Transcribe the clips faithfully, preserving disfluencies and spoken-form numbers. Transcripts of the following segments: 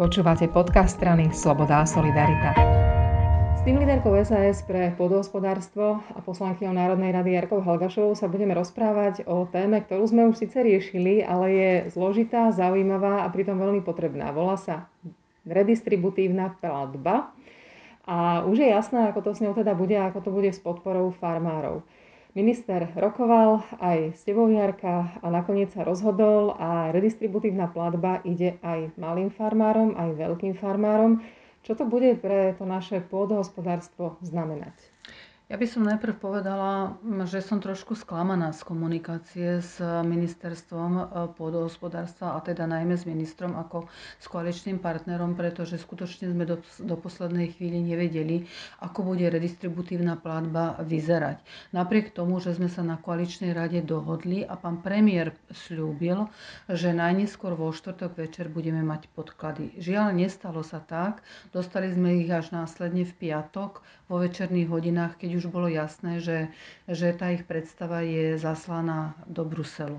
Počúvate podcast strany Sloboda a Solidarita. S tým líderkou es a es pre pôdohospodárstvo a poslankyňou Národnej rady Jarkou Halgašovou sa budeme rozprávať o téme, ktorú sme už síce riešili, ale je zložitá, zaujímavá a pritom veľmi potrebná. Volá sa redistributívna platba a už je jasné, ako to s ňou teda bude a ako to bude s podporou farmárov. Minister rokoval aj s tebou, Jarka, a nakoniec sa rozhodol a redistributívna platba ide aj malým farmárom, aj veľkým farmárom. Čo to bude pre to naše pôdohospodárstvo znamenať? Ja by som najprv povedala, že som trošku sklamaná z komunikácie s ministerstvom pôdohospodárstva a teda najmä s ministrom ako s koaličným partnerom, pretože skutočne sme do, do poslednej chvíli nevedeli, ako bude redistributívna platba vyzerať. Napriek tomu, že sme sa na koaličnej rade dohodli a pán premiér sľúbil, že najneskôr vo štvrtok večer budeme mať podklady. Žiaľ, nestalo sa tak. Dostali sme ich až následne v piatok vo večerných hodinách, keď už bolo jasné, že, že tá ich predstava je zaslaná do Bruselu.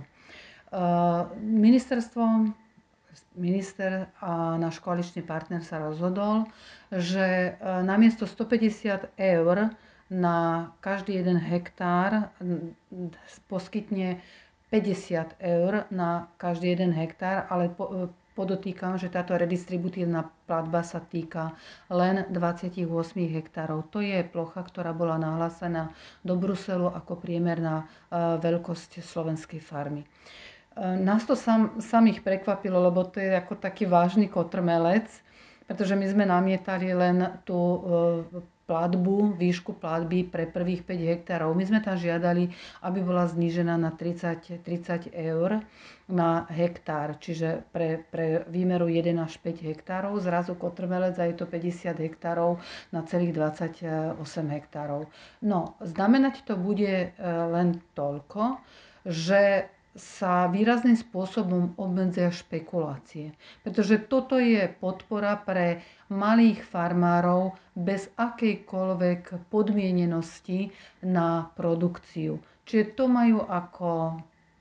Ministerstvo, minister a náš koaličný partner sa rozhodol, že namiesto stopäťdesiat eur na každý jeden hektár poskytne päťdesiat eur na každý jeden hektár, ale po, podotýkam, že táto redistributívna platba sa týka len dvadsaťosem hektárov. To je plocha, ktorá bola nahlásená do Bruselu ako priemerná veľkosť slovenskej farmy. Nás to sam, samých prekvapilo, lebo to je ako taký vážny kotrmelec, pretože my sme namietali len tú platbu, výšku platby pre prvých päť hektárov. My sme tam žiadali, aby bola znížená na tridsať, tridsať eur na hektár, čiže pre, pre výmeru jeden až päť hektárov. Zrazu kotrmelec a je to päťdesiat hektárov na celých dvadsaťosem hektárov. No, znamenať to bude len toľko, že sa výrazným spôsobom obmedzia špekulácie. Pretože toto je podpora pre malých farmárov bez akejkoľvek podmienenosti na produkciu. Čiže to majú ako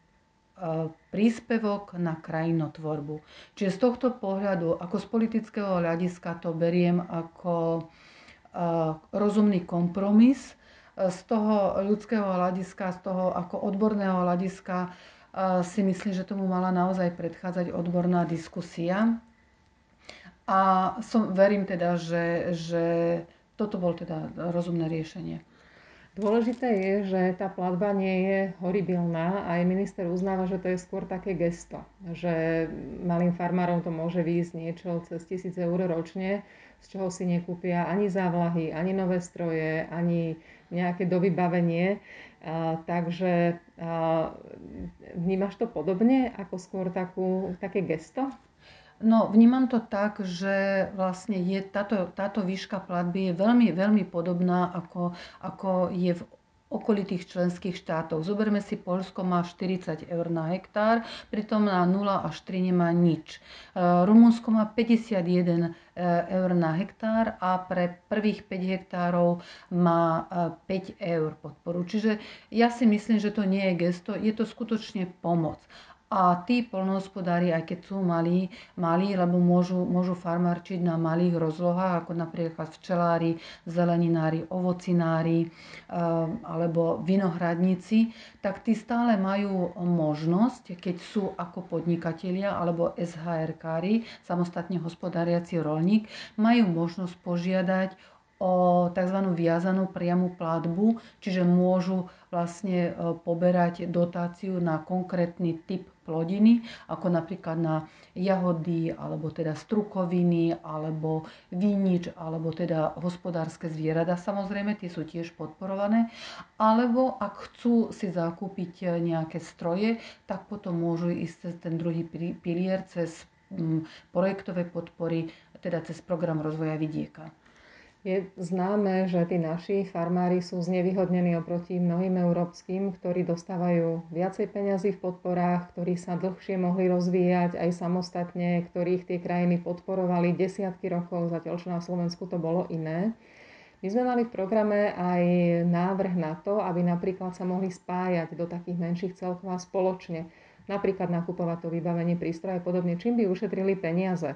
príspevok na krajinotvorbu. Čiže z tohto pohľadu, ako z politického hľadiska to beriem ako rozumný kompromis, z toho ľudského hľadiska, z toho ako odborného hľadiska si myslím, že tomu mala naozaj predchádzať odborná diskusia. A som, verím teda, že, že toto bolo teda rozumné riešenie. Dôležité je, že tá platba nie je horibilná. Aj minister uznáva, že to je skôr také gesto. Že malým farmárom to môže výjsť niečo cez tisíc eur ročne, z čoho si nekúpia ani závlahy, ani nové stroje, ani nejaké dovybavenie. Uh, takže uh, vnímaš to podobne, ako skôr takú, také gesto? No, vnímam to tak, že vlastne je táto, táto výška platby je veľmi, veľmi podobná, ako, ako je v okolitých členských štátov. Zoberme si, Poľsko má štyridsať eur na hektár, pritom na nula až tri nemá nič. Rumunsko má päťdesiatjeden eur na hektár a pre prvých päť hektárov má päť eur podporu. Čiže ja si myslím, že to nie je gesto, je to skutočne pomoc. A tí poľnohospodári, aj keď sú malí, malí, lebo môžu, môžu farmárčiť na malých rozlohách, ako napríklad včelári, zeleninári, ovocinári alebo vinohradníci, tak tí stále majú možnosť, keď sú ako podnikatelia alebo es há erkári, samostatne hospodáriaci roľník, majú možnosť požiadať o tzv. Viazanú priamu platbu, čiže môžu vlastne poberať dotáciu na konkrétny typ plodiny, ako napríklad na jahody, alebo teda strukoviny, alebo vinič, alebo teda hospodárske zvieratá. Samozrejme, tie sú tiež podporované. Alebo ak chcú si zakúpiť nejaké stroje, tak potom môžu ísť cez ten druhý pilier, cez projektové podpory, teda cez program rozvoja vidieka. Je známe, že tí naši farmári sú znevýhodnení oproti mnohým európskym, ktorí dostávajú viacej peňazí v podporách, ktorí sa dlhšie mohli rozvíjať aj samostatne, ktorých tie krajiny podporovali desiatky rokov, zatiaľ čo na Slovensku to bolo iné. My sme mali v programe aj návrh na to, aby napríklad sa mohli spájať do takých menších celkov a spoločne napríklad nakupovať to vybavenie prístroje a podobne, čím by ušetrili peniaze.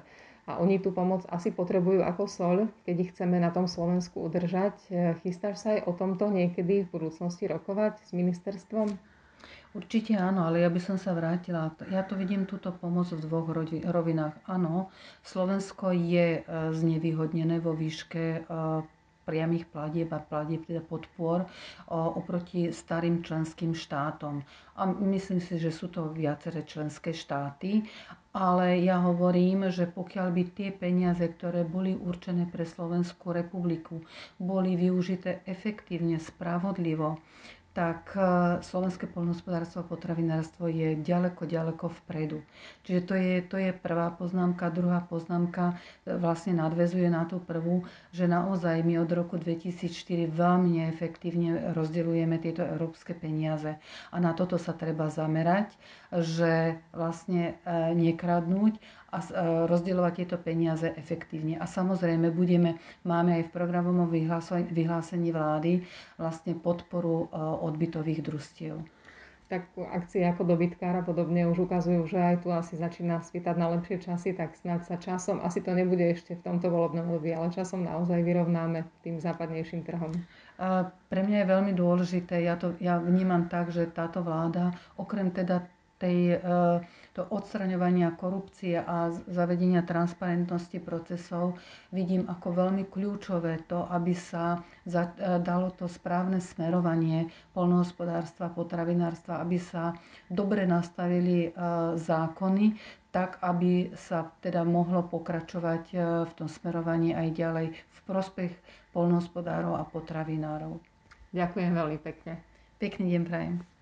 a oni tú pomoc asi potrebujú ako soľ, keď ich chceme na tom Slovensku udržať. Chystáš sa aj o tomto niekedy v budúcnosti rokovať s ministerstvom? Určite áno, ale ja by som sa vrátila. Ja to vidím túto pomoc v dvoch rovinách. Áno, Slovensko je znevýhodnené vo výške priamých platieb a platieb, teda podpor oproti starým členským štátom. A myslím si, že sú to viaceré členské štáty, ale ja hovorím, že pokiaľ by tie peniaze, ktoré boli určené pre Slovenskú republiku, boli využité efektívne, spravodlivo, tak slovenské poľnohospodárstvo a potravinárstvo je ďaleko, ďaleko vpredu. Čiže to je, to je prvá poznámka. Druhá poznámka vlastne nadväzuje na tú prvú, že naozaj my od roku dvetisícštyri veľmi neefektívne rozdeľujeme tieto európske peniaze. A na toto sa treba zamerať, že vlastne nekradnúť a rozdielovať tieto peniaze efektívne. A samozrejme budeme, máme aj v programovom vyhlásení vlády vlastne podporu odbytových družstiev. Tak akcie ako dobytkár a podobne už ukazujú, že aj tu asi začína svítať na lepšie časy, tak snáď sa časom, asi to nebude ešte v tomto volebnom období, ale časom naozaj vyrovnáme tým západnejším trhom. A pre mňa je veľmi dôležité, ja to ja vnímam tak, že táto vláda, okrem teda tej, to odstraňovania korupcie a zavedenia transparentnosti procesov vidím ako veľmi kľúčové to, aby sa dalo to správne smerovanie poľnohospodárstva, potravinárstva, aby sa dobre nastavili zákony, tak aby sa teda mohlo pokračovať v tom smerovaní aj ďalej v prospech poľnohospodárov a potravinárov. Ďakujem veľmi pekne. Pekný deň prajem.